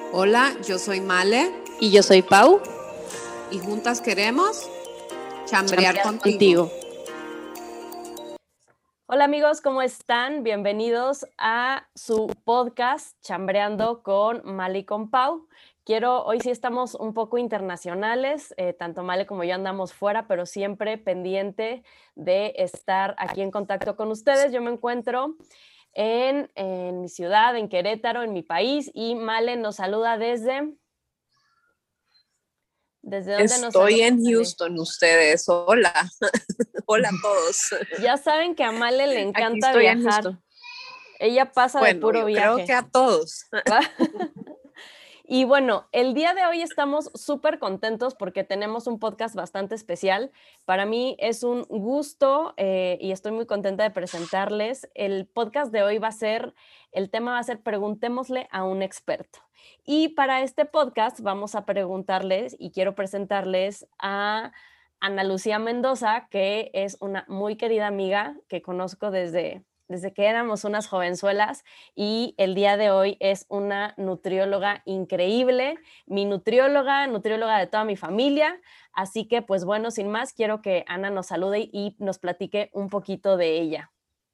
Hola, yo soy Male. Y yo soy Pau. Y juntas queremos chambrear contigo. Contigo. Hola amigos, ¿cómo están? Bienvenidos a su podcast Chambreando con Male y con Pau. Hoy sí estamos un poco internacionales, tanto Male como yo andamos fuera, pero siempre pendiente de estar aquí en contacto con ustedes. Yo me encuentro en mi ciudad, en Querétaro, en mi país, y Male nos saluda ¿desde dónde nos saluda? Estoy en Houston, ustedes. Hola. Hola a todos. Ya saben que a Male le encanta Aquí estoy viajar. En Houston. Ella pasa de puro yo viaje. creo que a todos. Y bueno, el día de hoy estamos súper contentos porque tenemos un podcast bastante especial. Para mí es un gusto y estoy muy contenta de presentarles. El podcast de hoy el tema va a ser Preguntémosle a un experto. Y para este podcast vamos a preguntarles y quiero presentarles a Ana Lucía Mendoza, que es una muy querida amiga que conozco desde que éramos unas jovenzuelas, y el día de hoy es una nutrióloga increíble, mi nutrióloga de toda mi familia. Así que, pues bueno, sin más, quiero que Ana nos salude y nos platique un poquito de ella.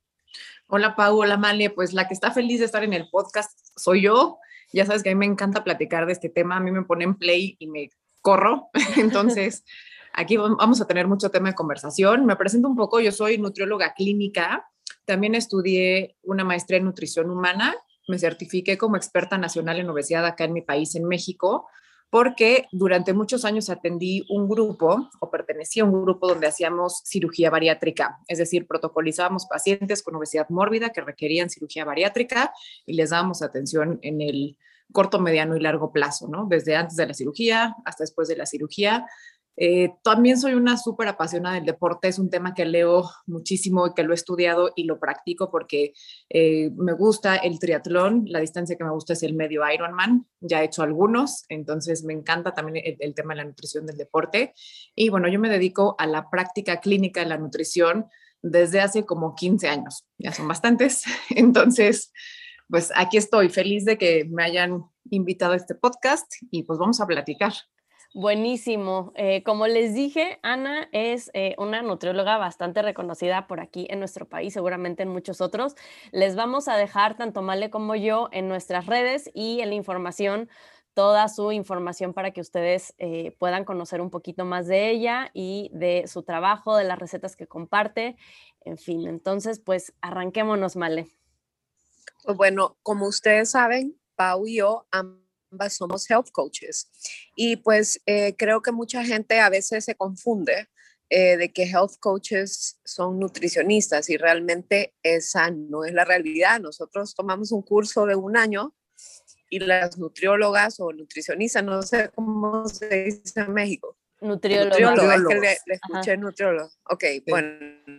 Hola Pau, hola Male, pues la que está feliz de estar en el podcast soy yo. Ya sabes que a mí me encanta platicar de este tema, a mí me ponen play y me corro, entonces aquí vamos a tener mucho tema de conversación. Me presento un poco, yo soy nutrióloga clínica, también estudié una maestría en nutrición humana, me certifiqué como experta nacional en obesidad acá en mi país, en México, porque durante muchos años atendí un grupo o pertenecía a un grupo donde hacíamos cirugía bariátrica, es decir, protocolizábamos pacientes con obesidad mórbida que requerían cirugía bariátrica y les dábamos atención en el corto, mediano y largo plazo, ¿no? Desde antes de la cirugía hasta después de la cirugía. También soy una súper apasionada del deporte, es un tema que leo muchísimo y que lo he estudiado y lo practico porque me gusta el triatlón, la distancia que me gusta es el medio Ironman, ya he hecho algunos, entonces me encanta también el tema de la nutrición del deporte. Y bueno, yo me dedico a la práctica clínica de la nutrición desde hace como 15 años, ya son bastantes, entonces pues aquí estoy, feliz de que me hayan invitado a este podcast y pues vamos a platicar. Buenísimo. Como les dije, Ana es una nutrióloga bastante reconocida por aquí en nuestro país, seguramente en muchos otros. Les vamos a dejar, tanto Male como yo, en nuestras redes y en la información, toda su información para que ustedes puedan conocer un poquito más de ella y de su trabajo, de las recetas que comparte. En fin, entonces, pues arranquémonos, Male. Pues bueno, como ustedes saben, Pau y yo ambas somos health coaches y pues creo que mucha gente a veces se confunde de que health coaches son nutricionistas y realmente esa no es la realidad. Nosotros tomamos un curso de 1 año y las nutriólogas o nutricionistas, no sé cómo se dice en México. Nutrióloga. Es que le escuché nutriólogo. Ok, sí. Bueno,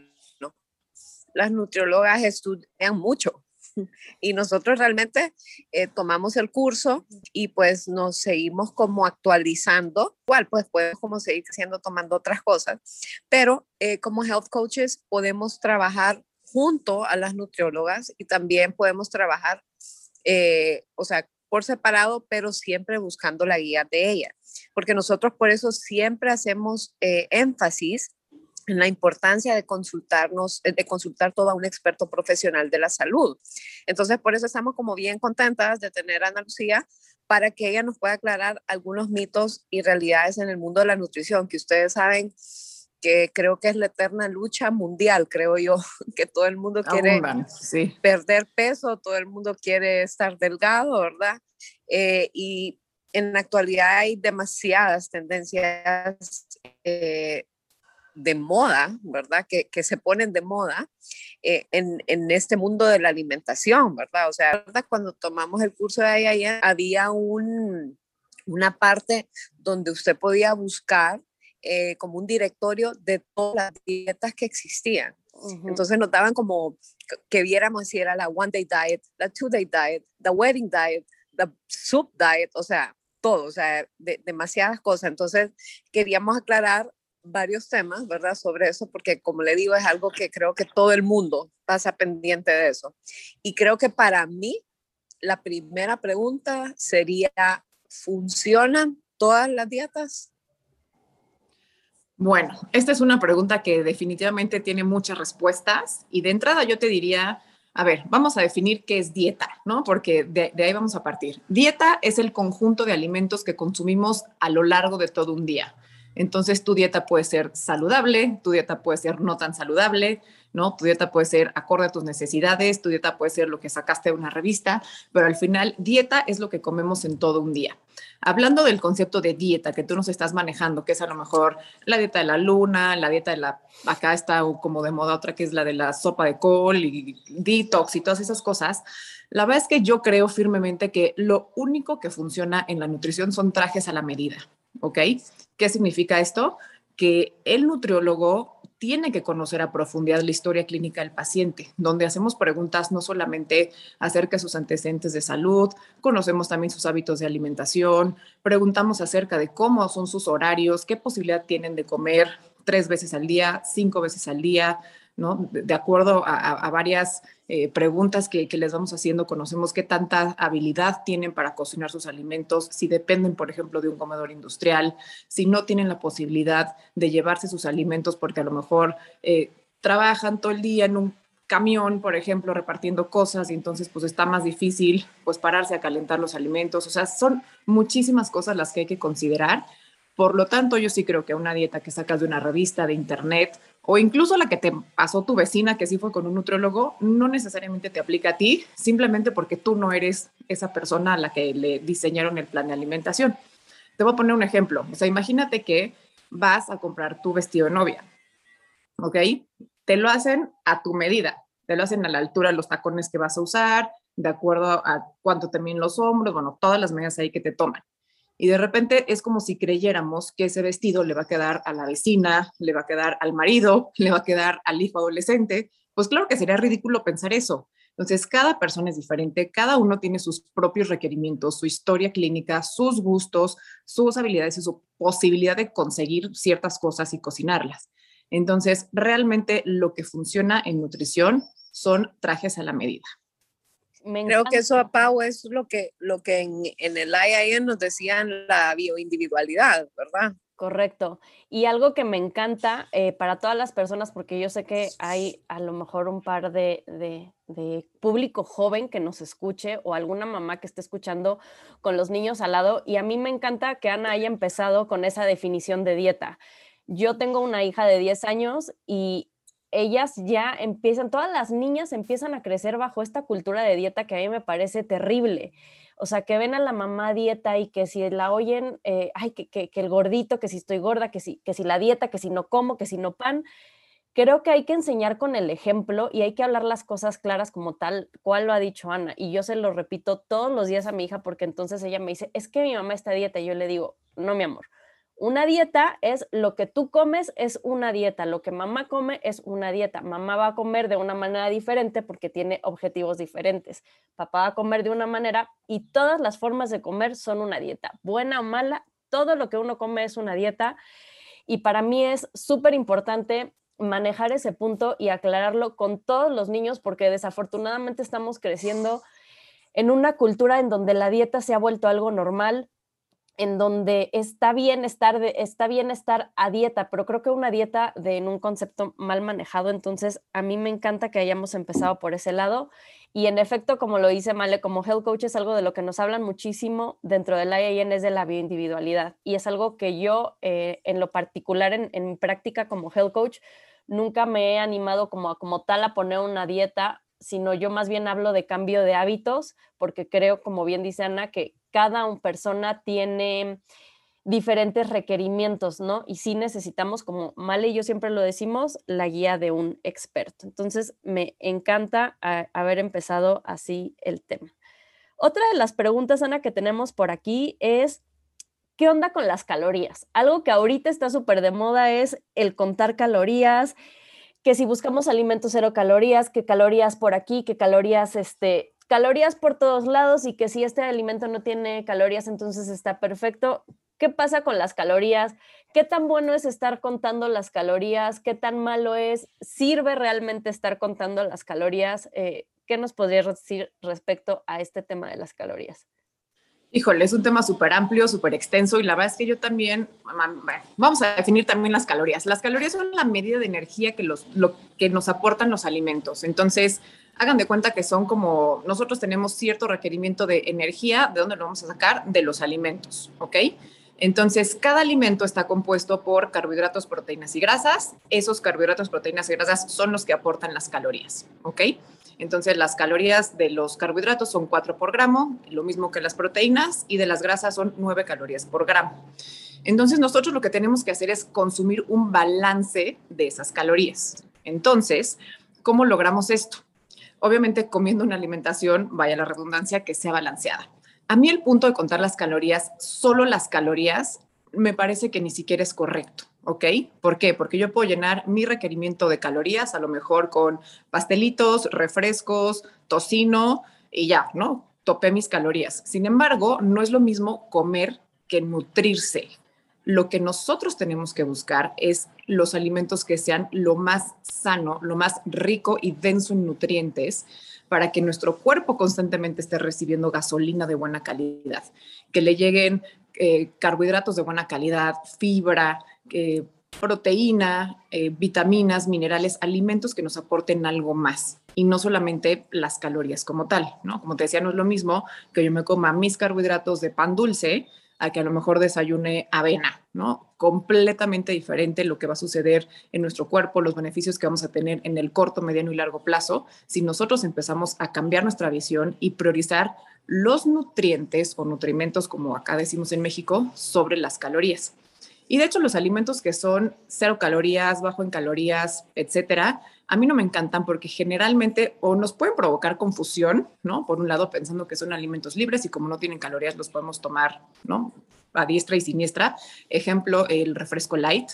las nutriólogas estudian mucho y nosotros realmente tomamos el curso y pues nos seguimos como actualizando, igual pues podemos como seguir tomando otras cosas, pero como health coaches podemos trabajar junto a las nutriólogas y también podemos trabajar, o sea, por separado, pero siempre buscando la guía de ella, porque nosotros por eso siempre hacemos énfasis en la importancia de consultar todo a un experto profesional de la salud. Entonces, por eso estamos como bien contentas de tener a Ana Lucía para que ella nos pueda aclarar algunos mitos y realidades en el mundo de la nutrición, que ustedes saben que creo que es la eterna lucha mundial, creo yo, que todo el mundo quiere perder peso, todo el mundo quiere estar delgado, ¿verdad? Y en la actualidad hay demasiadas tendencias de moda, ¿verdad? Que se ponen de moda en este mundo de la alimentación, ¿verdad? O sea, ¿verdad? Cuando tomamos el curso de ahí, había una parte donde usted podía buscar como un directorio de todas las dietas que existían. Uh-huh. Entonces nos daban como que viéramos si era la one day diet, la 2 day diet, the wedding diet, the soup diet, o sea, todo, o sea, demasiadas cosas. Entonces queríamos aclarar varios temas, ¿verdad? Sobre eso, porque como le digo, es algo que creo que todo el mundo pasa pendiente de eso. Y creo que para mí la primera pregunta sería, ¿funcionan todas las dietas? Bueno, esta es una pregunta que definitivamente tiene muchas respuestas y de entrada yo te diría, a ver, vamos a definir qué es dieta, ¿no? Porque de ahí vamos a partir. Dieta es el conjunto de alimentos que consumimos a lo largo de todo un día. Entonces, tu dieta puede ser saludable, tu dieta puede ser no tan saludable, ¿no? Tu dieta puede ser acorde a tus necesidades, tu dieta puede ser lo que sacaste de una revista, pero al final, dieta es lo que comemos en todo un día. Hablando del concepto de dieta que tú nos estás manejando, que es a lo mejor la dieta de la luna, la dieta de la, acá está como de moda otra que es la de la sopa de col y detox y todas esas cosas, la verdad es que yo creo firmemente que lo único que funciona en la nutrición son trajes a la medida, ¿ok? ¿Qué significa esto? Que el nutriólogo tiene que conocer a profundidad la historia clínica del paciente, donde hacemos preguntas no solamente acerca de sus antecedentes de salud, conocemos también sus hábitos de alimentación, preguntamos acerca de cómo son sus horarios, qué posibilidad tienen de comer 3 veces al día, 5 veces al día, ¿no? De acuerdo a varias preguntas que les vamos haciendo, conocemos qué tanta habilidad tienen para cocinar sus alimentos, si dependen, por ejemplo, de un comedor industrial, si no tienen la posibilidad de llevarse sus alimentos porque a lo mejor trabajan todo el día en un camión, por ejemplo, repartiendo cosas y entonces pues está más difícil pues pararse a calentar los alimentos. O sea, son muchísimas cosas las que hay que considerar. Por lo tanto, yo sí creo que una dieta que sacas de una revista, de internet, o incluso la que te pasó tu vecina, que sí fue con un nutriólogo, no necesariamente te aplica a ti, simplemente porque tú no eres esa persona a la que le diseñaron el plan de alimentación. Te voy a poner un ejemplo. O sea, imagínate que vas a comprar tu vestido de novia, ¿ok? Te lo hacen a tu medida, te lo hacen a la altura de los tacones que vas a usar, de acuerdo a cuánto terminen los hombros, bueno, todas las medidas ahí que te toman. Y de repente es como si creyéramos que ese vestido le va a quedar a la vecina, le va a quedar al marido, le va a quedar al hijo adolescente. Pues claro que sería ridículo pensar eso. Entonces, cada persona es diferente, cada uno tiene sus propios requerimientos, su historia clínica, sus gustos, sus habilidades y su posibilidad de conseguir ciertas cosas y cocinarlas. Entonces, realmente lo que funciona en nutrición son trajes a la medida. Creo que eso, Pau, es lo que en el IIN nos decían la bioindividualidad, ¿verdad? Correcto. Y algo que me encanta para todas las personas, porque yo sé que hay a lo mejor un par de público joven que nos escuche o alguna mamá que esté escuchando con los niños al lado, y a mí me encanta que Ana haya empezado con esa definición de dieta. Yo tengo una hija de 10 años y ellas ya empiezan, todas las niñas empiezan a crecer bajo esta cultura de dieta que a mí me parece terrible. O sea, que ven a la mamá a dieta y que si la oyen, ay, que el gordito, que si estoy gorda, que si la dieta, que si no como, que si no pan. Creo que hay que enseñar con el ejemplo y hay que hablar las cosas claras como tal, cual lo ha dicho Ana. Y yo se lo repito todos los días a mi hija porque entonces ella me dice, es que mi mamá está a dieta. Y yo le digo, no, mi amor. Una dieta es lo que tú comes, es una dieta. Lo que mamá come es una dieta. Mamá va a comer de una manera diferente porque tiene objetivos diferentes. Papá va a comer de una manera y todas las formas de comer son una dieta. Buena o mala, todo lo que uno come es una dieta. Y para mí es súper importante manejar ese punto y aclararlo con todos los niños porque desafortunadamente estamos creciendo en una cultura en donde la dieta se ha vuelto algo normal, en donde está bien estar a dieta, pero creo que una dieta en un concepto mal manejado. Entonces a mí me encanta que hayamos empezado por ese lado y en efecto, como lo dice Male, como health coach es algo de lo que nos hablan muchísimo dentro del IIN, es de la bioindividualidad y es algo que yo en lo particular en mi práctica como health coach nunca me he animado como tal a poner una dieta, sino yo más bien hablo de cambio de hábitos, porque creo, como bien dice Ana, que cada persona tiene diferentes requerimientos, ¿no? Y sí necesitamos, como Male y yo siempre lo decimos, la guía de un experto. Entonces, me encanta haber empezado así el tema. Otra de las preguntas, Ana, que tenemos por aquí es, ¿qué onda con las calorías? Algo que ahorita está súper de moda es el contar calorías, que si buscamos alimentos 0 calorías, que calorías por aquí, que calorías, calorías por todos lados y que si este alimento no tiene calorías, entonces está perfecto. ¿Qué pasa con las calorías? ¿Qué tan bueno es estar contando las calorías? ¿Qué tan malo es? ¿Sirve realmente estar contando las calorías? ¿Qué ¿qué nos podrías decir respecto a este tema de las calorías? Híjole, es un tema súper amplio, súper extenso y la verdad es que yo también, bueno, vamos a definir también las calorías. Las calorías son la medida de energía que, lo que nos aportan los alimentos. Entonces, hagan de cuenta que son como, nosotros tenemos cierto requerimiento de energía, ¿de dónde lo vamos a sacar? De los alimentos, ¿ok? Entonces, cada alimento está compuesto por carbohidratos, proteínas y grasas. Esos carbohidratos, proteínas y grasas son los que aportan las calorías, ¿ok? Entonces, las calorías de los carbohidratos son 4 por gramo, lo mismo que las proteínas, y de las grasas son 9 calorías por gramo. Entonces, nosotros lo que tenemos que hacer es consumir un balance de esas calorías. Entonces, ¿cómo logramos esto? Obviamente, comiendo una alimentación, vaya la redundancia, que sea balanceada. A mí el punto de contar las calorías, solo las calorías, me parece que ni siquiera es correcto. ¿Ok? ¿Por qué? Porque yo puedo llenar mi requerimiento de calorías a lo mejor con pastelitos, refrescos, tocino y ya, ¿no? Topé mis calorías. Sin embargo, no es lo mismo comer que nutrirse. Lo que nosotros tenemos que buscar es los alimentos que sean lo más sano, lo más rico y denso en nutrientes para que nuestro cuerpo constantemente esté recibiendo gasolina de buena calidad, que le lleguen carbohidratos de buena calidad, fibra, proteína, vitaminas, minerales, alimentos que nos aporten algo más y no solamente las calorías como tal, ¿no? Como te decía, no es lo mismo que yo me coma mis carbohidratos de pan dulce a que a lo mejor desayune avena, ¿no? Completamente diferente lo que va a suceder en nuestro cuerpo, los beneficios que vamos a tener en el corto, mediano y largo plazo si nosotros empezamos a cambiar nuestra visión y priorizar los nutrientes o nutrimentos, como acá decimos en México, sobre las calorías. Y de hecho, los alimentos que son 0 calorías, bajo en calorías, etcétera, a mí no me encantan porque generalmente o nos pueden provocar confusión, ¿no? Por un lado, pensando que son alimentos libres y como no tienen calorías, los podemos tomar, ¿no? A diestra y siniestra. Ejemplo, el refresco light.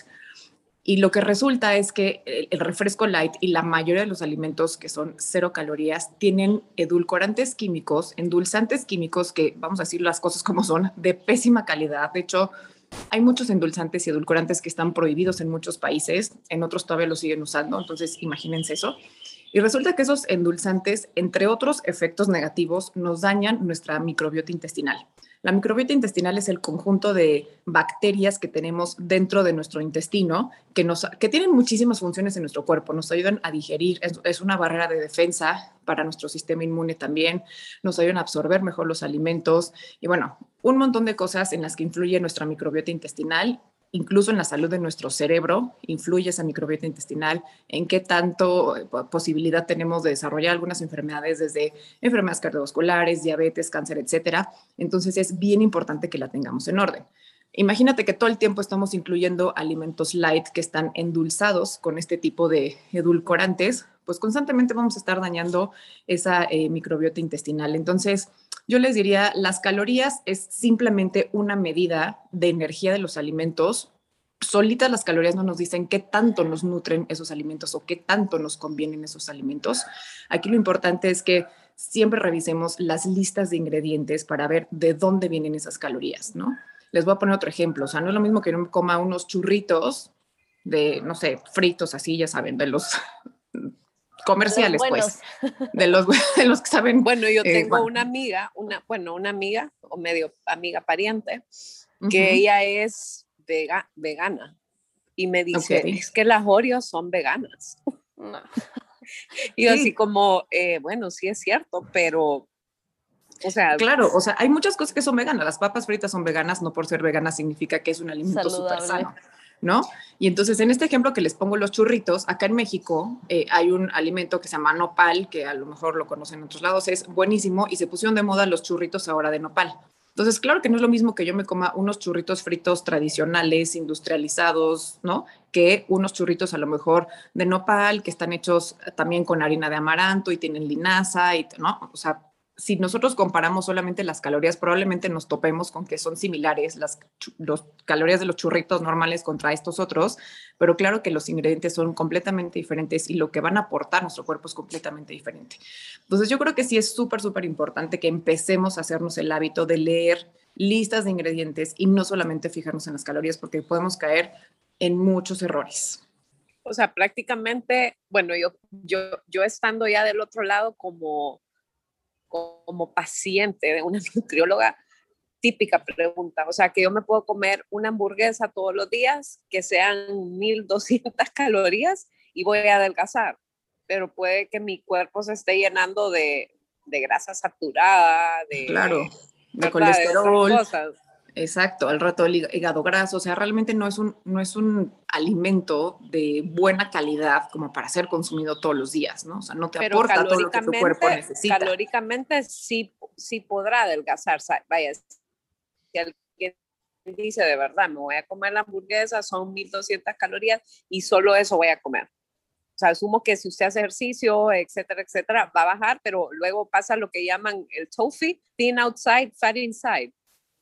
Y lo que resulta es que el refresco light y la mayoría de los alimentos que son 0 calorías tienen edulcorantes químicos, endulzantes químicos que, vamos a decir las cosas como son, de pésima calidad. De hecho, hay muchos endulzantes y edulcorantes que están prohibidos en muchos países, en otros todavía los siguen usando, entonces imagínense eso. Y resulta que esos endulzantes, entre otros efectos negativos, nos dañan nuestra microbiota intestinal. La microbiota intestinal es el conjunto de bacterias que tenemos dentro de nuestro intestino que tienen muchísimas funciones en nuestro cuerpo. Nos ayudan a digerir, es una barrera de defensa para nuestro sistema inmune también, nos ayudan a absorber mejor los alimentos y bueno, un montón de cosas en las que influye nuestra microbiota intestinal. Incluso en la salud de nuestro cerebro influye esa microbiota intestinal, en qué tanto posibilidad tenemos de desarrollar algunas enfermedades, desde enfermedades cardiovasculares, diabetes, cáncer, etcétera. Entonces es bien importante que la tengamos en orden. Imagínate que todo el tiempo estamos incluyendo alimentos light que están endulzados con este tipo de edulcorantes, pues constantemente vamos a estar dañando esa microbiota intestinal. Entonces, yo les diría, las calorías es simplemente una medida de energía de los alimentos. Solitas las calorías no nos dicen qué tanto nos nutren esos alimentos o qué tanto nos convienen esos alimentos. Aquí lo importante es que siempre revisemos las listas de ingredientes para ver de dónde vienen esas calorías, ¿no? Les voy a poner otro ejemplo. O sea, no es lo mismo que yo me coma unos churritos de, no sé, fritos así, ya saben, de los comerciales, pues. De los que saben. Bueno, yo tengo una amiga, una amiga o medio amiga pariente, que ella es vegana. Y me dice, es que las Oreos son veganas. No. Y yo así como, bueno, sí es cierto, pero... O sea, claro, o sea, hay muchas cosas que son veganas. Las papas fritas son veganas, no por ser veganas significa que es un alimento súper sano, ¿no? Y entonces, en este ejemplo que les pongo los churritos, acá en México hay un alimento que se llama nopal, que a lo mejor lo conocen en otros lados, es buenísimo y se pusieron de moda los churritos ahora de nopal. Entonces, claro que no es lo mismo que yo me coma unos churritos fritos tradicionales, industrializados, ¿no? Que unos churritos a lo mejor de nopal, que están hechos también con harina de amaranto y tienen linaza, y, ¿no? O sea, si nosotros comparamos solamente las calorías, probablemente nos topemos con que son similares las calorías de los churritos normales contra estos otros, pero claro que los ingredientes son completamente diferentes y lo que van a aportar a nuestro cuerpo es completamente diferente. Entonces yo creo que sí es súper, súper importante que empecemos a hacernos el hábito de leer listas de ingredientes y no solamente fijarnos en las calorías porque podemos caer en muchos errores. O sea, prácticamente, bueno, yo estando ya del otro lado como paciente de una nutrióloga, típica pregunta, o sea, que yo me puedo comer una hamburguesa todos los días, que sean 1200 calorías y voy a adelgazar, pero puede que mi cuerpo se esté llenando de grasa saturada, Claro, de ¿verdad? colesterol. De otras cosas. Exacto, al rato el hígado graso, o sea, realmente no es un alimento de buena calidad como para ser consumido todos los días, ¿no? O sea, no te Pero aporta todo lo que tu cuerpo necesita. calóricamente sí podrá adelgazar. Vaya, si alguien dice de verdad, me voy a comer la hamburguesa, son 1200 calorías y solo eso voy a comer. O sea, asumo que si usted hace ejercicio, etcétera, etcétera, va a bajar, pero luego pasa lo que llaman el TOFI, thin outside, fat inside.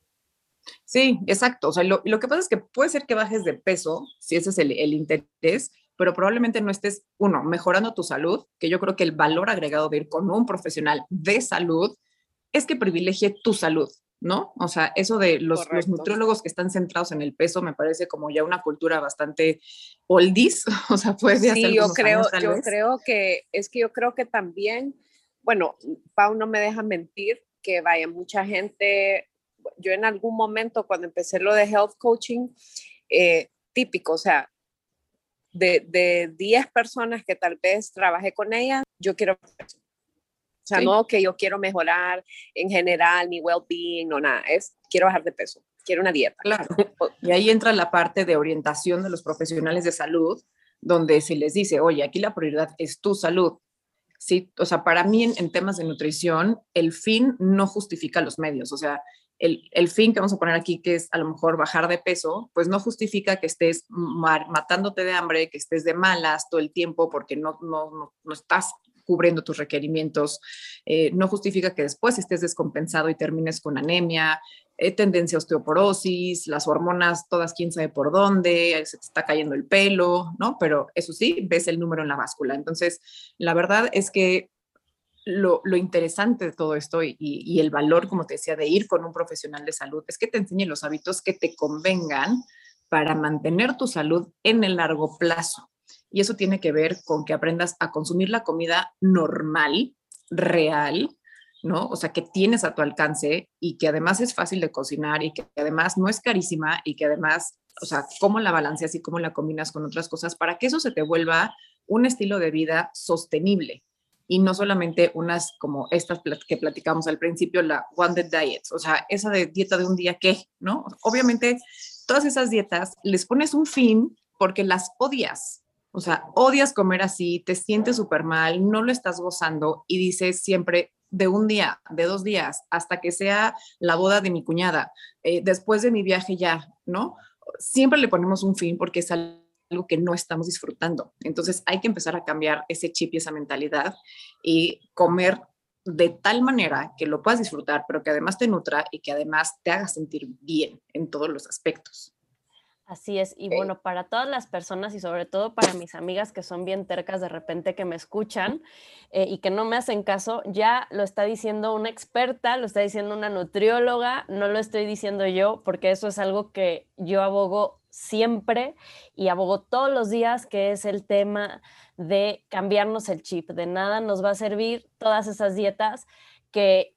Sí, exacto. O sea, lo que pasa es que puede ser que bajes de peso, si ese es el interés, pero probablemente no estés, uno, mejorando tu salud, que yo creo que el valor agregado de ir con un profesional de salud es que privilegie tu salud, ¿no? O sea, eso de los nutriólogos que están centrados en el peso me parece como ya una cultura bastante oldies, o sea, puede ser Sí, algunos años tal vez. Yo creo que también, bueno, Pau no me deja mentir, que vaya mucha gente, yo en algún momento cuando empecé lo de health coaching, típico, o sea, de 10 personas que tal vez trabajé con ellas, yo quiero, o sea, sí, no que yo quiero mejorar en general, mi well-being, no nada, quiero bajar de peso, quiero una dieta. Claro, y ahí entra la parte de orientación de los profesionales de salud, donde se les dice, oye, aquí la prioridad es tu salud. Sí, o sea, para mí en temas de nutrición, el fin no justifica los medios. O sea, el fin que vamos a poner aquí, que es a lo mejor bajar de peso, pues no justifica que estés matándote de hambre, que estés de malas todo el tiempo porque no estás cubriendo tus requerimientos. No justifica que después estés descompensado y termines con anemia, tendencia a osteoporosis, las hormonas todas quién sabe por dónde, se te está cayendo el pelo, ¿no? Pero eso sí, ves el número en la báscula. Entonces, la verdad es que lo interesante de todo esto y el valor, como te decía, de ir con un profesional de salud es que te enseñe los hábitos que te convengan para mantener tu salud en el largo plazo. Y eso tiene que ver con que aprendas a consumir la comida normal, real, ¿no? O sea, que tienes a tu alcance y que además es fácil de cocinar y que además no es carísima y que además, o sea, cómo la balanceas y cómo la combinas con otras cosas para que eso se te vuelva un estilo de vida sostenible y no solamente unas como estas que platicamos al principio, la one day diets, o sea, esa de dieta de un día, ¿qué? ¿No? Obviamente, todas esas dietas les pones un fin porque las odias. O sea, odias comer así, te sientes súper mal, no lo estás gozando y dices siempre de un día, de 2 días, hasta que sea la boda de mi cuñada, después de mi viaje ya, ¿no? Siempre le ponemos un fin porque es algo que no estamos disfrutando. Entonces hay que empezar a cambiar ese chip y esa mentalidad y comer de tal manera que lo puedas disfrutar, pero que además te nutra y que además te haga sentir bien en todos los aspectos. Así es, y bueno, para todas las personas y sobre todo para mis amigas que son bien tercas de repente que me escuchan y que no me hacen caso, ya lo está diciendo una experta, lo está diciendo una nutrióloga, no lo estoy diciendo yo, porque eso es algo que yo abogo siempre y abogo todos los días, que es el tema de cambiarnos el chip. De nada nos va a servir todas esas dietas que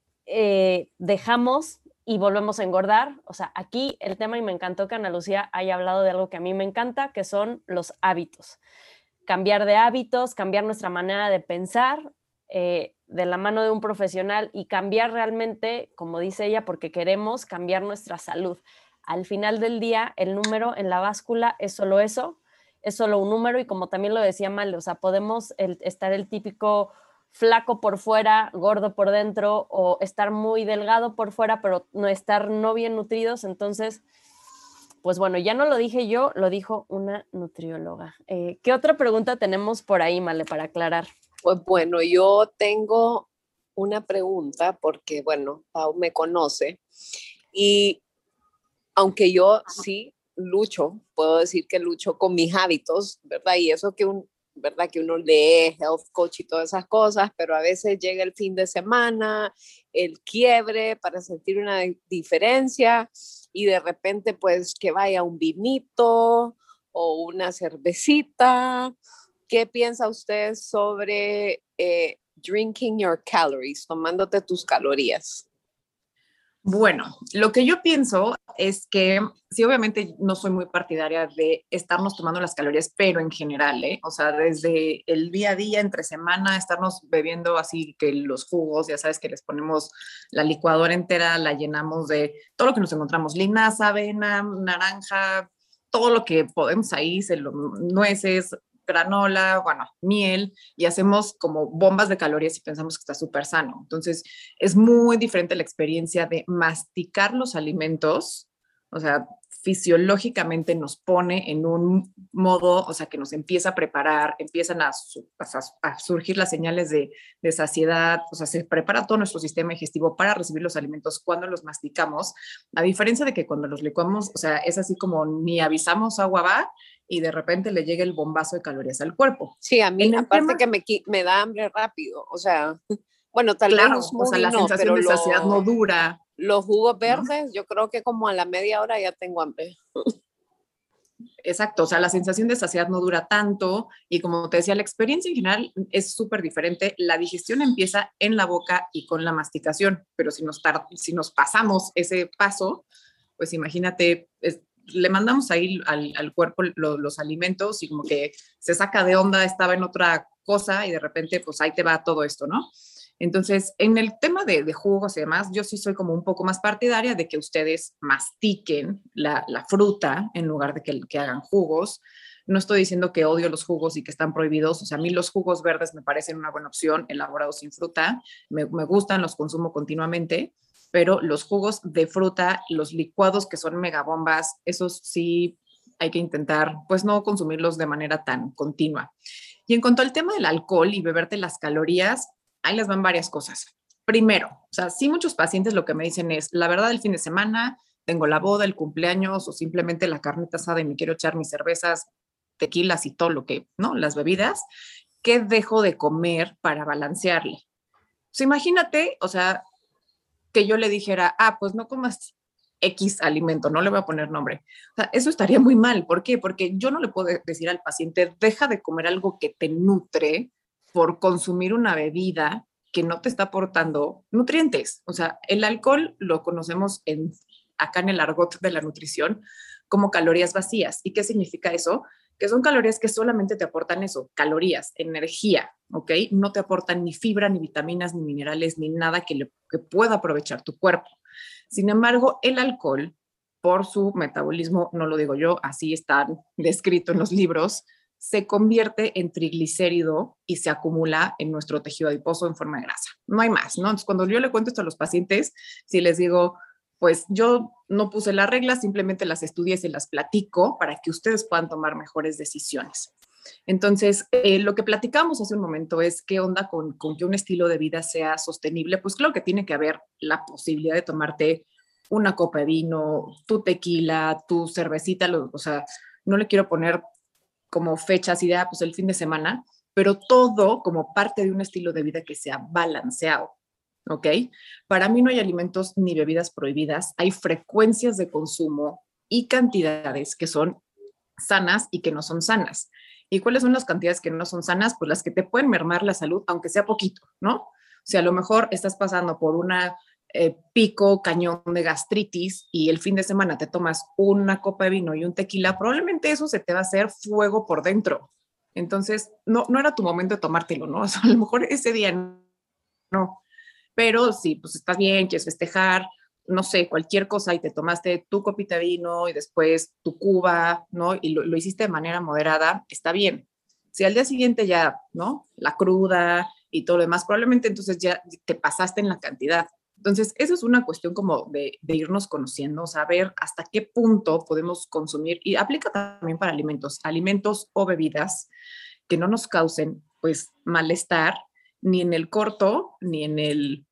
dejamos y volvemos a engordar. O sea, aquí el tema, y me encantó que Ana Lucía haya hablado de algo que a mí me encanta, que son los hábitos. Cambiar de hábitos, cambiar nuestra manera de pensar de la mano de un profesional y cambiar realmente, como dice ella, porque queremos cambiar nuestra salud. Al final del día, el número en la báscula es solo eso, es solo un número y como también lo decía Mal, o sea, podemos estar el típico flaco por fuera, gordo por dentro, o estar muy delgado por fuera, pero no estar no bien nutridos. Entonces, pues bueno, ya no lo dije yo, lo dijo una nutrióloga. ¿Qué otra pregunta tenemos por ahí, Male, para aclarar? Pues bueno, yo tengo una pregunta porque, bueno, Pau me conoce y aunque yo sí lucho, puedo decir que lucho con mis hábitos, ¿verdad? Y eso que ¿verdad? Que uno lee health coach y todas esas cosas, pero a veces llega el fin de semana, el quiebre para sentir una diferencia y de repente pues que vaya un vinito o una cervecita. ¿Qué piensa usted sobre drinking your calories, tomándote tus calorías? Bueno, lo que yo pienso es que sí, obviamente no soy muy partidaria de estarnos tomando las calorías, pero en general, ¿eh? O sea, desde el día a día, entre semana, estarnos bebiendo así que los jugos, ya sabes que les ponemos la licuadora entera, la llenamos de todo lo que nos encontramos, linaza, avena, naranja, todo lo que podemos ahí, nueces, granola, bueno, miel, y hacemos como bombas de calorías y pensamos que está súper sano. Entonces, es muy diferente la experiencia de masticar los alimentos, o sea, fisiológicamente nos pone en un modo, o sea, que nos empieza a preparar, empiezan a surgir las señales de saciedad, o sea, se prepara todo nuestro sistema digestivo para recibir los alimentos cuando los masticamos, a diferencia de que cuando los licuamos, o sea, es así como ni avisamos agua va y de repente le llega el bombazo de calorías al cuerpo. Sí, a mí, aparte que me da hambre rápido, o sea, bueno, tal vez los o sea, la no, sensación pero de saciedad no dura. Los jugos verdes, ¿no? Yo creo que como a la media hora ya tengo hambre. Exacto, o sea, la sensación de saciedad no dura tanto y como te decía, la experiencia en general es súper diferente. La digestión empieza en la boca y con la masticación, pero si nos pasamos ese paso, pues imagínate, le mandamos ahí al cuerpo los alimentos y como que se saca de onda, estaba en otra cosa y de repente pues ahí te va todo esto, ¿no? Entonces, en el tema de jugos y demás, yo sí soy como un poco más partidaria de que ustedes mastiquen la fruta en lugar de que hagan jugos. No estoy diciendo que odio los jugos y que están prohibidos. O sea, a mí los jugos verdes me parecen una buena opción, elaborados sin fruta. Me gustan, los consumo continuamente, pero los jugos de fruta, los licuados que son megabombas, esos sí hay que intentar, pues no consumirlos de manera tan continua. Y en cuanto al tema del alcohol y beberte las calorías, ahí les van varias cosas. Primero, o sea, sí muchos pacientes lo que me dicen es, la verdad, el fin de semana tengo la boda, el cumpleaños o simplemente la carnita asada y me quiero echar mis cervezas, tequilas y todo lo que, ¿no? Las bebidas, ¿qué dejo de comer para balancearle? Pues imagínate, o sea, que yo le dijera, pues no comas X alimento, no le voy a poner nombre. O sea, eso estaría muy mal. ¿Por qué? Porque yo no le puedo decir al paciente, deja de comer algo que te nutre por consumir una bebida que no te está aportando nutrientes. O sea, el alcohol lo conocemos acá en el argot de la nutrición como calorías vacías. ¿Y qué significa eso? Que son calorías que solamente te aportan eso, calorías, energía, ¿ok? No te aportan ni fibra, ni vitaminas, ni minerales, ni nada que pueda aprovechar tu cuerpo. Sin embargo, el alcohol, por su metabolismo, no lo digo yo, así está descrito en los libros, se convierte en triglicérido y se acumula en nuestro tejido adiposo en forma de grasa. No hay más, ¿no? Entonces, cuando yo le cuento esto a los pacientes, si les digo, pues yo no puse las reglas, simplemente las estudié y se las platico para que ustedes puedan tomar mejores decisiones. Entonces, lo que platicamos hace un momento es qué onda con que un estilo de vida sea sostenible. Pues claro que tiene que haber la posibilidad de tomarte una copa de vino, tu tequila, tu cervecita, o sea, no le quiero poner como fechas, idea, pues el fin de semana, pero todo como parte de un estilo de vida que sea balanceado, ¿ok? Para mí no hay alimentos ni bebidas prohibidas, hay frecuencias de consumo y cantidades que son sanas y que no son sanas. ¿Y cuáles son las cantidades que no son sanas? Pues las que te pueden mermar la salud, aunque sea poquito, ¿no? O sea, a lo mejor estás pasando por una pico, cañón de gastritis y el fin de semana te tomas una copa de vino y un tequila, probablemente eso se te va a hacer fuego por dentro. Entonces, no era tu momento de tomártelo, ¿no? O sea, a lo mejor ese día no. Pero sí, pues estás bien, quieres festejar, no sé, cualquier cosa y te tomaste tu copita de vino y después tu cuba, ¿no? Y lo hiciste de manera moderada, está bien. Si al día siguiente ya, ¿no? La cruda y todo lo demás, probablemente entonces ya te pasaste en la cantidad. Entonces, eso es una cuestión como de irnos conociendo, saber hasta qué punto podemos consumir y aplica también para alimentos o bebidas que no nos causen, pues, malestar ni en el corto ni en el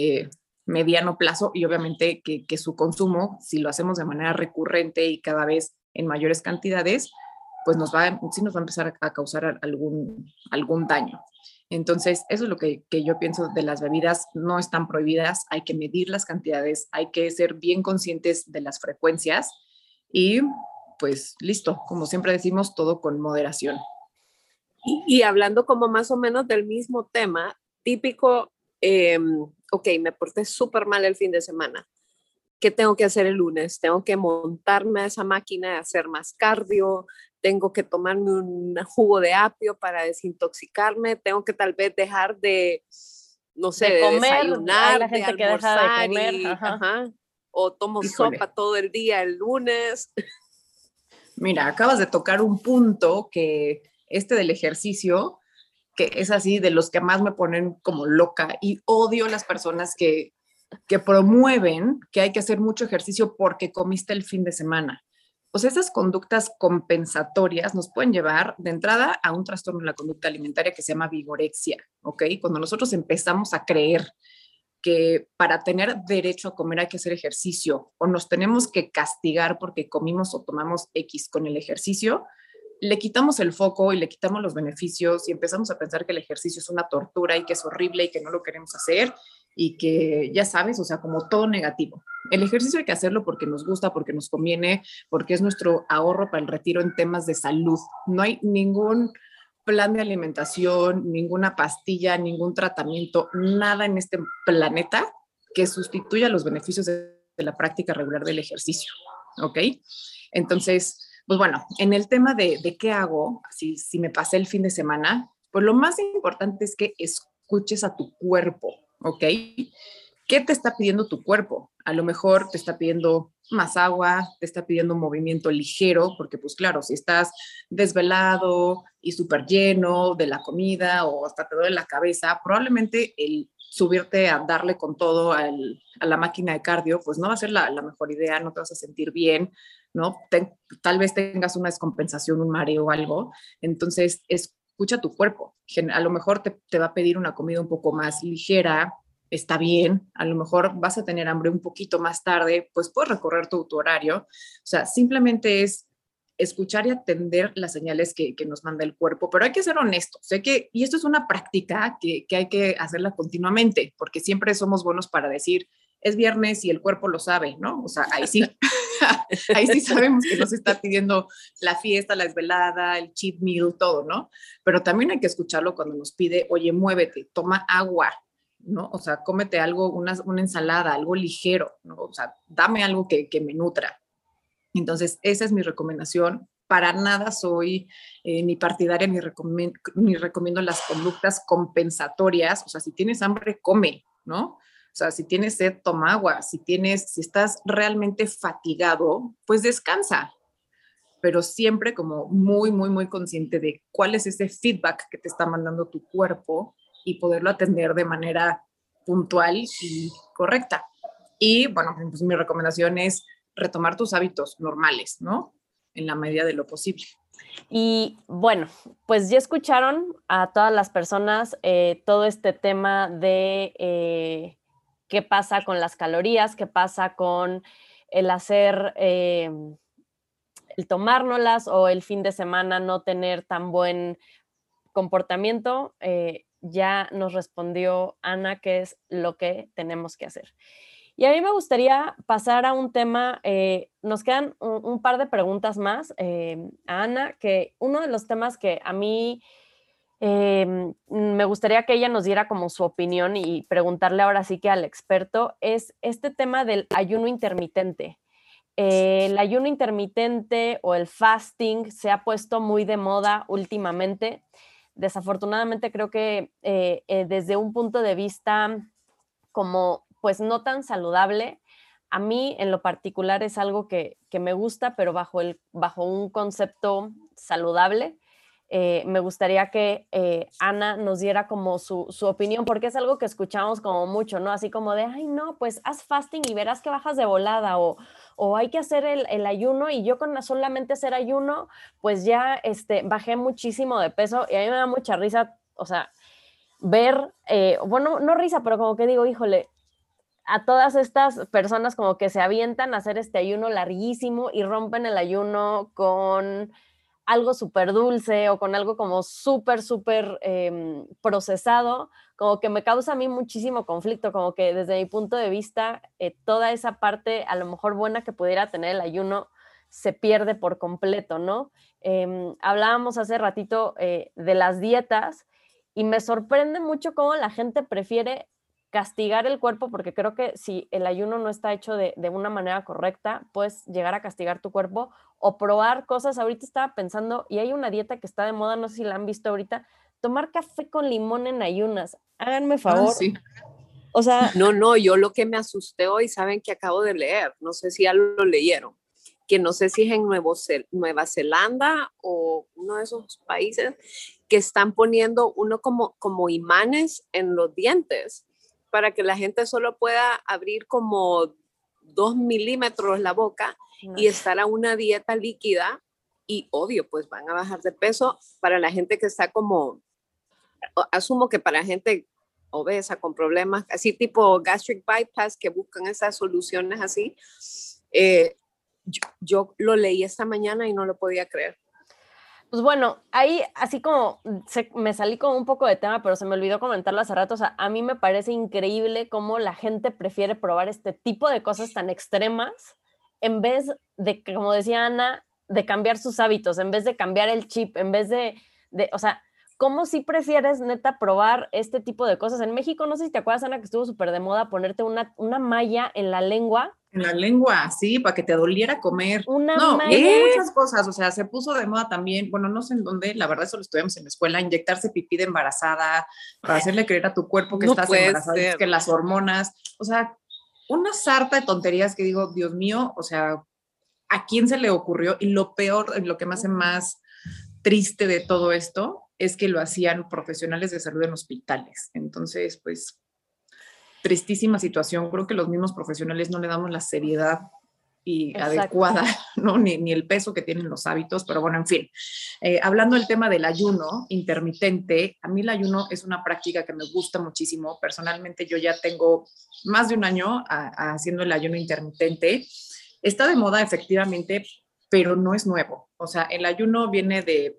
mediano plazo y obviamente que su consumo, si lo hacemos de manera recurrente y cada vez en mayores cantidades, pues sí nos va a empezar a causar algún daño. Entonces, eso es lo que yo pienso de las bebidas. No están prohibidas, hay que medir las cantidades, hay que ser bien conscientes de las frecuencias y pues listo, como siempre decimos, todo con moderación. Y hablando como más o menos del mismo tema, típico, ok, me porté súper mal el fin de semana. ¿Qué tengo que hacer el lunes? Tengo que montarme a esa máquina, hacer más cardio, tengo que tomarme un jugo de apio para desintoxicarme, tengo que tal vez dejar de, no sé, De de comer, hay desayunar, la de gente que deja de almorzar comer, y, ajá. ajá, o tomo Híjole. sopa todo el día el lunes. Mira, acabas de tocar un punto que del ejercicio, que es así de los que más me ponen como loca y odio las personas que promueven que hay que hacer mucho ejercicio porque comiste el fin de semana. O sea, esas conductas compensatorias nos pueden llevar de entrada a un trastorno en la conducta alimentaria que se llama vigorexia, ¿ok? Cuando nosotros empezamos a creer que para tener derecho a comer hay que hacer ejercicio o nos tenemos que castigar porque comimos o tomamos X con el ejercicio, le quitamos el foco y le quitamos los beneficios y empezamos a pensar que el ejercicio es una tortura y que es horrible y que no lo queremos hacer y que ya sabes, o sea, como todo negativo. El ejercicio hay que hacerlo porque nos gusta, porque nos conviene, porque es nuestro ahorro para el retiro en temas de salud. No hay ningún plan de alimentación, ninguna pastilla, ningún tratamiento, nada en este planeta que sustituya los beneficios de la práctica regular del ejercicio, ¿ok? Entonces, pues bueno, en el tema de qué hago, si me pasé el fin de semana, pues lo más importante es que escuches a tu cuerpo, ¿ok? ¿Qué te está pidiendo tu cuerpo? A lo mejor te está pidiendo más agua, te está pidiendo un movimiento ligero, porque pues claro, si estás desvelado y súper lleno de la comida o hasta te duele la cabeza, probablemente el subirte a darle con todo a la máquina de cardio, pues no va a ser la mejor idea, no te vas a sentir bien, ¿no? Tal vez tengas una descompensación, un mareo o algo. Entonces, escucha tu cuerpo. A lo mejor te va a pedir una comida un poco más ligera, está bien, a lo mejor vas a tener hambre un poquito más tarde, pues puedes recorrer tu horario. O sea, simplemente es escuchar y atender las señales que nos manda el cuerpo, pero hay que ser honestos, y esto es una práctica que hay que hacerla continuamente, porque siempre somos buenos para decir, es viernes y el cuerpo lo sabe, ¿no? O sea, ahí sí, ahí sí sabemos que nos está pidiendo la fiesta, la desvelada, el cheat meal, todo, ¿no? Pero también hay que escucharlo cuando nos pide, oye, muévete, toma agua, ¿no? O sea, cómete algo, una ensalada, algo ligero, ¿no? O sea, dame algo que me nutra. Entonces, esa es mi recomendación. Para nada soy ni partidaria ni recomiendo las conductas compensatorias. O sea, si tienes hambre, come, ¿no? O sea, si tienes sed, toma agua. Si estás realmente fatigado, pues descansa. Pero siempre como muy, muy, muy consciente de cuál es ese feedback que te está mandando tu cuerpo y poderlo atender de manera puntual y correcta. Y bueno, pues mi recomendación es retomar tus hábitos normales, ¿no? En la medida de lo posible. Y bueno, pues ya escucharon a todas las personas todo este tema de qué pasa con las calorías, qué pasa con el hacer, el tomárnoslas o el fin de semana no tener tan buen comportamiento. Ya nos respondió Ana qué es lo que tenemos que hacer. Y a mí me gustaría pasar a un tema, nos quedan un par de preguntas más, a Ana, que uno de los temas que a mí me gustaría que ella nos diera como su opinión y preguntarle ahora sí que al experto, es este tema del ayuno intermitente. El ayuno intermitente o el fasting se ha puesto muy de moda últimamente. Desafortunadamente creo que desde un punto de vista como pues no tan saludable, a mí en lo particular es algo que me gusta, pero bajo un concepto saludable. Me gustaría que Ana nos diera como su opinión, porque es algo que escuchamos como mucho, ¿no? Así como de, ay, no, pues haz fasting y verás que bajas de volada, o hay que hacer el ayuno, y yo con solamente hacer ayuno, pues ya bajé muchísimo de peso, y a mí me da mucha risa, o sea, ver, bueno, no risa, pero como que digo, híjole, a todas estas personas como que se avientan a hacer este ayuno larguísimo y rompen el ayuno con algo súper dulce o con algo como súper procesado, como que me causa a mí muchísimo conflicto, como que desde mi punto de vista, toda esa parte a lo mejor buena que pudiera tener el ayuno, se pierde por completo, ¿no? Hablábamos hace ratito de las dietas y me sorprende mucho cómo la gente prefiere castigar el cuerpo, porque creo que si el ayuno no está hecho de una manera correcta, puedes llegar a castigar tu cuerpo o probar cosas. Ahorita estaba pensando, y hay una dieta que está de moda, no sé si la han visto ahorita, tomar café con limón en ayunas. Háganme favor. Sí. O sea... No, yo lo que me asusté hoy, saben que acabo de leer, no sé si ya lo leyeron, que no sé si es en Nueva Zelanda o uno de esos países que están poniendo uno como imanes en los dientes para que la gente solo pueda abrir como 2 milímetros la boca y estar a una dieta líquida y obvio, pues van a bajar de peso para la gente que está como, asumo que para gente obesa con problemas, así tipo gastric bypass, que buscan esas soluciones así. Yo lo leí esta mañana y no lo podía creer. Pues bueno, ahí así como me salí con un poco de tema, pero se me olvidó comentarlo hace rato. O sea, a mí me parece increíble cómo la gente prefiere probar este tipo de cosas tan extremas en vez de, como decía Ana, de cambiar sus hábitos, en vez de cambiar el chip, en vez de o sea, ¿cómo si prefieres neta probar este tipo de cosas? En México, no sé si te acuerdas, Ana, que estuvo súper de moda ponerte una malla en la lengua. En la lengua, sí, para que te doliera comer. Una no, malla. muchas cosas, o sea, se puso de moda también, bueno, no sé en dónde, la verdad eso lo estudiamos en la escuela, inyectarse pipí de embarazada, para hacerle creer a tu cuerpo que No estás puede embarazada, ser. que las hormonas, o sea, una sarta de tonterías que digo, Dios mío, o sea, ¿a quién se le ocurrió? Y lo peor, lo que me hace más triste de todo esto, es que lo hacían profesionales de salud en hospitales. Entonces, pues, tristísima situación. Creo que los mismos profesionales no le damos la seriedad y adecuada, ¿no? Ni el peso que tienen los hábitos, pero bueno, en fin. Hablando del tema del ayuno intermitente, a mí el ayuno es una práctica que me gusta muchísimo. Personalmente yo ya tengo más de un año haciendo el ayuno intermitente. Está de moda efectivamente, pero no es nuevo. O sea, el ayuno viene de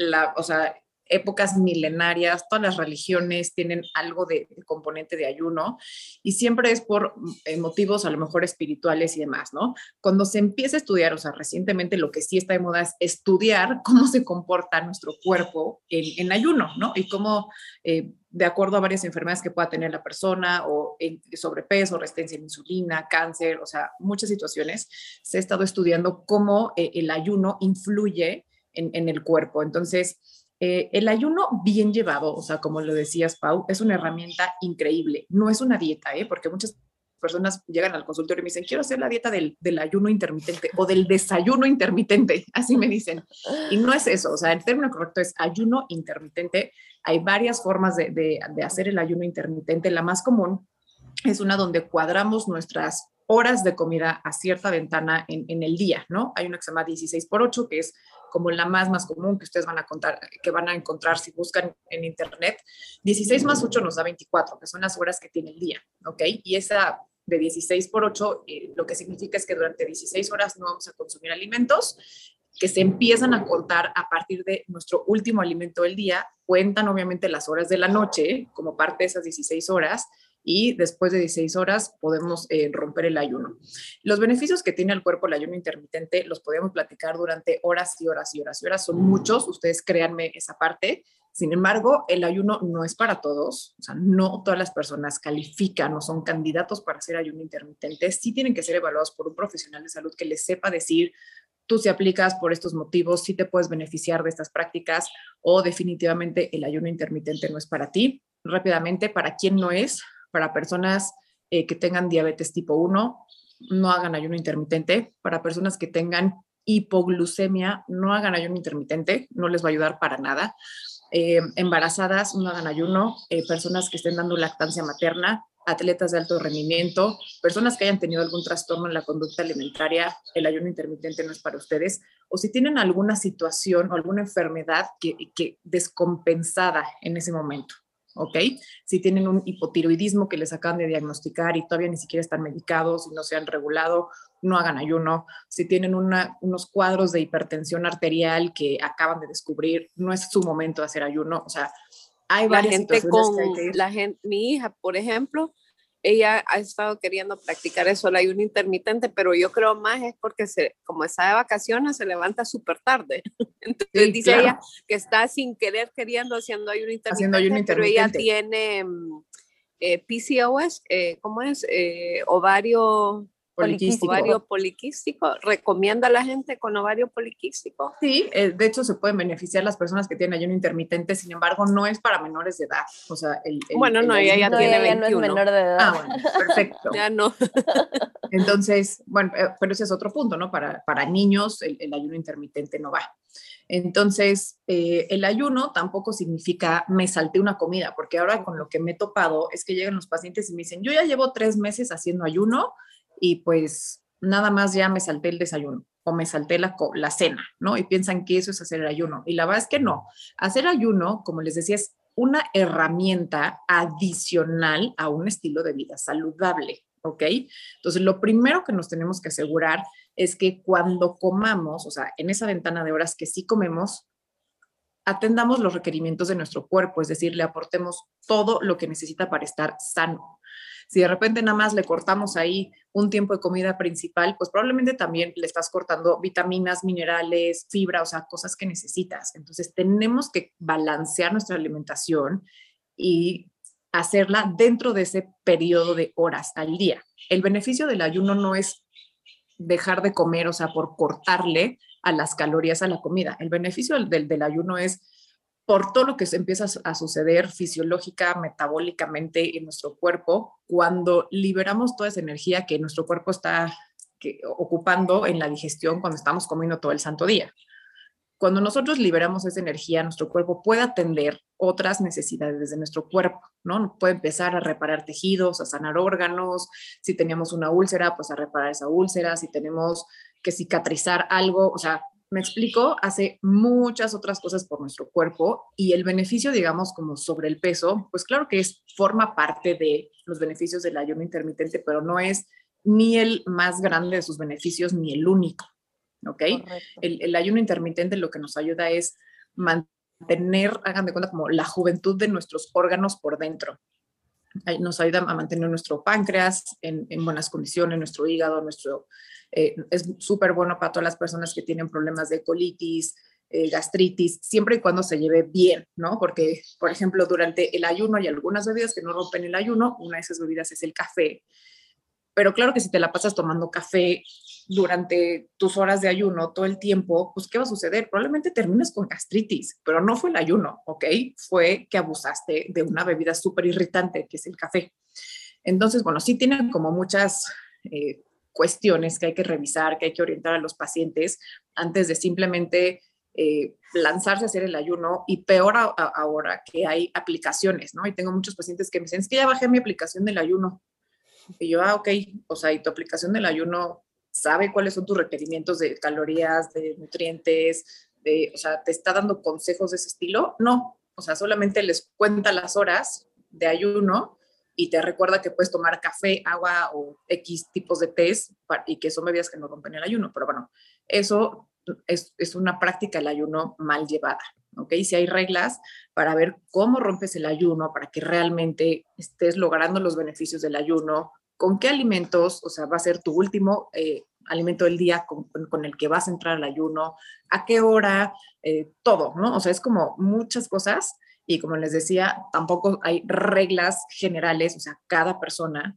épocas milenarias, todas las religiones tienen algo de componente de ayuno y siempre es por motivos a lo mejor espirituales y demás, ¿no? Cuando se empieza a estudiar, o sea, recientemente lo que sí está de moda es estudiar cómo se comporta nuestro cuerpo en ayuno, ¿no? Y cómo, de acuerdo a varias enfermedades que pueda tener la persona, o sobrepeso, resistencia a la insulina, cáncer, o sea, muchas situaciones, se ha estado estudiando cómo el ayuno influye en el cuerpo. Entonces, el ayuno bien llevado, o sea, como lo decías, Pau, es una herramienta increíble. No es una dieta, porque muchas personas llegan al consultorio y me dicen, quiero hacer la dieta del ayuno intermitente o del desayuno intermitente, así me dicen. Y no es eso, o sea, el término correcto es ayuno intermitente. Hay varias formas de hacer el ayuno intermitente. La más común es una donde cuadramos nuestras horas de comida a cierta ventana en el día, ¿no? Hay una que se llama 16x8, que es como la más común que ustedes van a encontrar si buscan en internet. 16 más 8 nos da 24, que son las horas que tiene el día, ¿ok? Y esa de 16x8, lo que significa es que durante 16 horas no vamos a consumir alimentos, que se empiezan a contar a partir de nuestro último alimento del día. Cuentan obviamente las horas de la noche como parte de esas 16 horas, y después de 16 horas podemos romper el ayuno. Los beneficios que tiene el cuerpo el ayuno intermitente los podemos platicar durante horas y horas y horas y horas. Son muchos, ustedes créanme esa parte. Sin embargo, el ayuno no es para todos, o sea, no todas las personas califican o son candidatos para hacer ayuno intermitente. Sí tienen que ser evaluados por un profesional de salud que les sepa decir, tú si aplicas por estos motivos, sí te puedes beneficiar de estas prácticas, o definitivamente el ayuno intermitente no es para ti. Rápidamente, ¿para quién no es? Para personas que tengan diabetes tipo 1, no hagan ayuno intermitente. Para personas que tengan hipoglucemia, no hagan ayuno intermitente, no les va a ayudar para nada. Embarazadas, no hagan ayuno. Personas que estén dando lactancia materna, atletas de alto rendimiento, personas que hayan tenido algún trastorno en la conducta alimentaria, el ayuno intermitente no es para ustedes. O si tienen alguna situación o alguna enfermedad que descompensada en ese momento. ¿Ok? Si tienen un hipotiroidismo que les acaban de diagnosticar y todavía ni siquiera están medicados y no se han regulado, no hagan ayuno. Si tienen unos cuadros de hipertensión arterial que acaban de descubrir, no es su momento de hacer ayuno. O sea, hay varias situaciones que hay que ir. Mi hija, por ejemplo, ella ha estado queriendo practicar eso, el ayuno intermitente, pero yo creo más es porque como está de vacaciones, se levanta súper tarde. Entonces Sí, dice claro. ella que está sin querer queriendo haciendo ayuno Haciendo ayuno intermitente, pero ella intermitente. tiene PCOS, ¿cómo es? Ovario Poliquístico. poliquístico. ¿Recomienda a la gente con ovario poliquístico? Sí, de hecho se pueden beneficiar las personas que tienen ayuno intermitente, sin embargo, no es para menores de edad. O sea, Bueno, no, ella ya No, tiene ella no es 21. menor de edad. Ah, bueno, perfecto. Ya no. Entonces, bueno, pero ese es otro punto, ¿no? Para niños el ayuno intermitente no va. Entonces, el ayuno tampoco significa me salté una comida, porque ahora con lo que me he topado es que llegan los pacientes y me dicen, yo ya llevo 3 meses haciendo ayuno y pues nada más ya me salté el desayuno o me salté la cena, ¿no? Y piensan que eso es hacer el ayuno. Y la verdad es que no. Hacer ayuno, como les decía, es una herramienta adicional a un estilo de vida saludable, ¿ok? Entonces, lo primero que nos tenemos que asegurar es que cuando comamos, o sea, en esa ventana de horas que sí comemos, atendamos los requerimientos de nuestro cuerpo, es decir, le aportemos todo lo que necesita para estar sano. Si de repente nada más le cortamos ahí un tiempo de comida principal, pues probablemente también le estás cortando vitaminas, minerales, fibra, o sea, cosas que necesitas. Entonces tenemos que balancear nuestra alimentación y hacerla dentro de ese periodo de horas al día. El beneficio del ayuno no es dejar de comer, o sea, por cortarle a las calorías a la comida. El beneficio del ayuno es por todo lo que se empieza a suceder fisiológica, metabólicamente en nuestro cuerpo, cuando liberamos toda esa energía que nuestro cuerpo está ocupando en la digestión cuando estamos comiendo todo el santo día. Cuando nosotros liberamos esa energía, nuestro cuerpo puede atender otras necesidades de nuestro cuerpo, ¿no? Puede empezar a reparar tejidos, a sanar órganos. Si teníamos una úlcera, pues a reparar esa úlcera. Si tenemos que cicatrizar algo, o sea, me explico, hace muchas otras cosas por nuestro cuerpo y el beneficio, digamos, como sobre el peso, pues claro que forma parte de los beneficios del ayuno intermitente, pero no es ni el más grande de sus beneficios ni el único. ¿Ok? El ayuno intermitente lo que nos ayuda es mantener, hagan de cuenta, como la juventud de nuestros órganos por dentro. Nos ayuda a mantener nuestro páncreas en buenas condiciones, nuestro hígado, es súper bueno para todas las personas que tienen problemas de colitis, gastritis, siempre y cuando se lleve bien, ¿no? Porque, por ejemplo, durante el ayuno hay algunas bebidas que no rompen el ayuno, una de esas bebidas es el café. Pero claro que si te la pasas tomando café durante tus horas de ayuno todo el tiempo, pues ¿qué va a suceder? Probablemente termines con gastritis, pero no fue el ayuno, ¿ok? Fue que abusaste de una bebida súper irritante, que es el café. Entonces, bueno, sí tienen como muchas cuestiones que hay que revisar, que hay que orientar a los pacientes antes de simplemente lanzarse a hacer el ayuno, y peor ahora que hay aplicaciones, ¿no? Y tengo muchos pacientes que me dicen, es que ya bajé mi aplicación del ayuno. Y yo, ok, o sea, y tu aplicación del ayuno sabe cuáles son tus requerimientos de calorías, de nutrientes, o sea, ¿te está dando consejos de ese estilo? No, o sea, solamente les cuenta las horas de ayuno y te recuerda que puedes tomar café, agua o X tipos de tés y que son bebidas que no rompen el ayuno. Pero bueno, eso es una práctica del ayuno mal llevada. ¿Ok? Si hay reglas para ver cómo rompes el ayuno, para que realmente estés logrando los beneficios del ayuno, con qué alimentos, o sea, va a ser tu último alimento del día con el que vas a entrar al ayuno, a qué hora, todo, ¿no? O sea, es como muchas cosas y como les decía, tampoco hay reglas generales, o sea, cada persona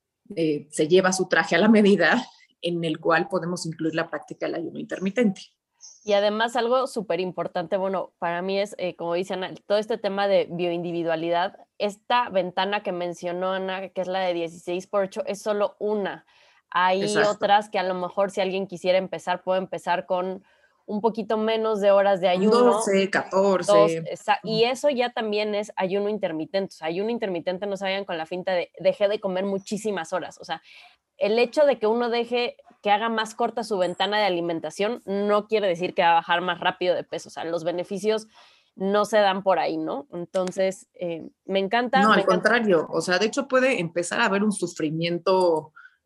se lleva su traje a la medida en el cual podemos incluir la práctica del ayuno intermitente. Y además algo súper importante, bueno, para mí es, como dice Ana, todo este tema de bioindividualidad, esta ventana que mencionó Ana, que es la de 16x8, es solo una. Hay Exacto. otras que a lo mejor si alguien quisiera empezar, puede empezar con un poquito menos de horas de ayuno. 12, 14. Y eso ya también es ayuno intermitente. O sea, ayuno intermitente no se vayan con la finta de dejé de comer muchísimas horas. O sea, el hecho de que uno deje que haga más corta su ventana de alimentación no quiere decir que va a bajar más rápido de peso. O sea, los beneficios no se dan por ahí, ¿no? Entonces, me encanta. No, al contrario. O sea, de hecho puede empezar a haber un sufrimiento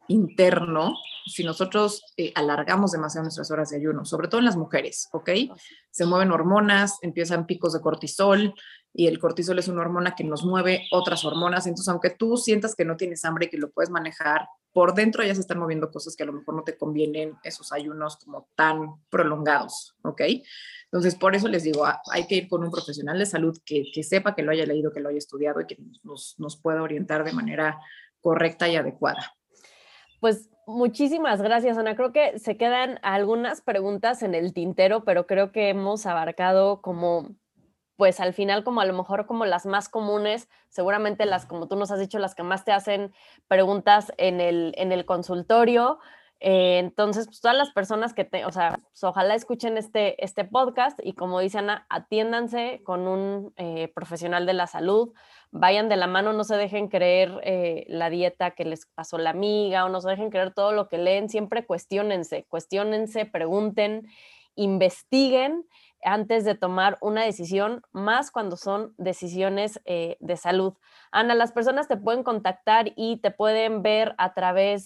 interno si nosotros alargamos demasiado nuestras horas de ayuno, sobre todo en las mujeres, ¿ok? Se mueven hormonas, empiezan picos de cortisol y el cortisol es una hormona que nos mueve otras hormonas, entonces aunque tú sientas que no tienes hambre y que lo puedes manejar, por dentro ya se están moviendo cosas que a lo mejor no te convienen esos ayunos como tan prolongados, ¿ok? Entonces, por eso les digo, hay que ir con un profesional de salud que sepa, que lo haya leído, que lo haya estudiado y que nos pueda orientar de manera correcta y adecuada. Pues muchísimas gracias, Ana. Creo que se quedan algunas preguntas en el tintero, pero creo que hemos abarcado como, pues al final como a lo mejor como las más comunes, seguramente las, como tú nos has dicho, las que más te hacen preguntas en el consultorio. Entonces, pues todas las personas que o sea, pues, ojalá escuchen este podcast y como dice Ana, atiéndanse con un profesional de la salud, vayan de la mano, no se dejen creer la dieta que les pasó la amiga o no se dejen creer todo lo que leen, siempre cuestiónense, pregunten, investiguen antes de tomar una decisión, más cuando son decisiones de salud. Ana, las personas te pueden contactar y te pueden ver a través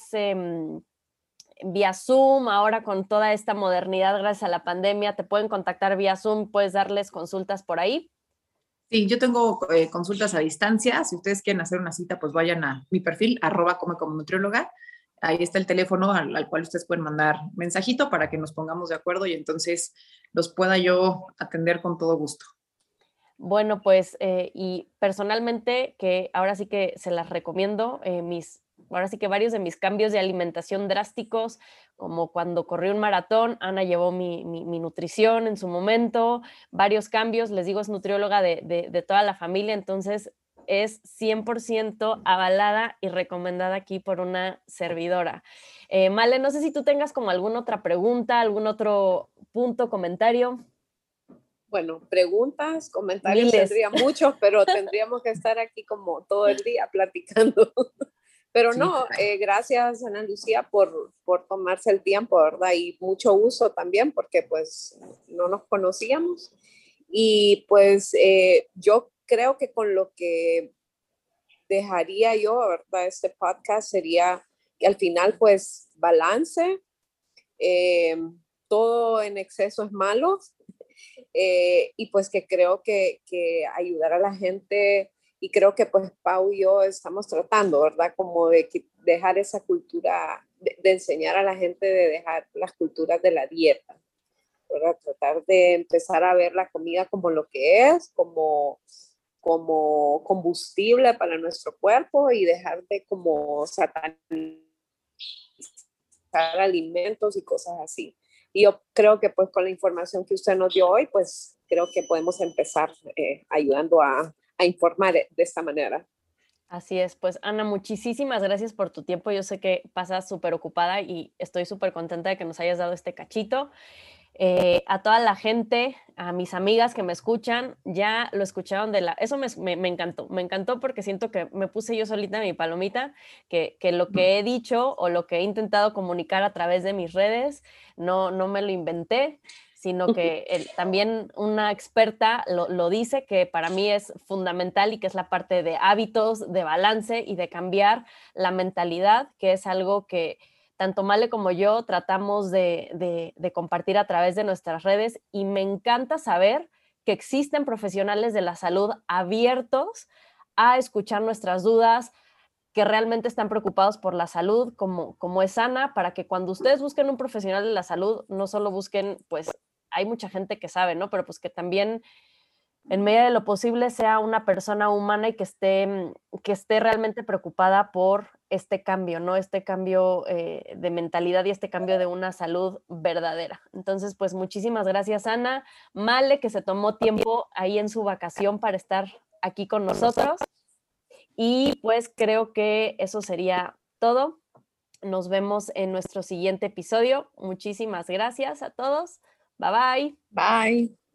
vía Zoom, ahora con toda esta modernidad gracias a la pandemia, te pueden contactar vía Zoom, puedes darles consultas por ahí. Sí, yo tengo consultas a distancia. Si ustedes quieren hacer una cita, pues vayan a mi perfil, @comecomonutrióloga. Ahí está el teléfono al cual ustedes pueden mandar mensajito para que nos pongamos de acuerdo y entonces los pueda yo atender con todo gusto. Bueno, pues, y personalmente, que ahora sí que se las recomiendo, ahora sí que varios de mis cambios de alimentación drásticos, como cuando corrí un maratón, Ana llevó mi nutrición en su momento, varios cambios, les digo, es nutrióloga de toda la familia, entonces es 100% avalada y recomendada aquí por una servidora. Male, no sé si tú tengas como alguna otra pregunta, algún otro punto, comentario. Bueno, preguntas, comentarios Miles. tendría muchos, pero tendríamos que estar aquí como todo el día platicando. Pero Sí, no, claro. gracias Ana Lucía por tomarse el tiempo, ¿verdad? Y mucho uso también porque pues no nos conocíamos. Y pues yo creo que con lo que dejaría yo, ¿verdad? Este podcast sería que al final pues balance, eh, todo en exceso es malo. Y pues que creo que ayudar a la gente, y creo que pues Pau y yo estamos tratando, ¿verdad? Como de dejar esa cultura, de enseñar a la gente de dejar las culturas de la dieta, ¿verdad? Tratar de empezar a ver la comida como lo que es, como combustible para nuestro cuerpo y dejar de como satanizar alimentos y cosas así. Y yo creo que pues con la información que usted nos dio hoy, pues creo que podemos empezar ayudando a informar de esta manera. Así es, pues Ana, muchísimas gracias por tu tiempo. Yo sé que pasas súper ocupada y estoy súper contenta de que nos hayas dado este cachito. A toda la gente, a mis amigas que me escuchan, ya lo escucharon eso me encantó porque siento que me puse yo solita mi palomita, que lo que he dicho o lo que he intentado comunicar a través de mis redes, no me lo inventé, sino que también una experta lo dice, que para mí es fundamental y que es la parte de hábitos, de balance y de cambiar la mentalidad, que es algo que tanto Male como yo tratamos de compartir a través de nuestras redes, y me encanta saber que existen profesionales de la salud abiertos a escuchar nuestras dudas, que realmente están preocupados por la salud, como es Ana, para que cuando ustedes busquen un profesional de la salud, no solo busquen, pues hay mucha gente que sabe, ¿no? Pero pues que también en medida de lo posible sea una persona humana y que esté realmente preocupada por este cambio, ¿no? Este cambio de mentalidad y este cambio de una salud verdadera. Entonces, pues muchísimas gracias, Ana. Male, que se tomó tiempo ahí en su vacación para estar aquí con nosotros. Y pues creo que eso sería todo. Nos vemos en nuestro siguiente episodio. Muchísimas gracias a todos. Bye bye. Bye.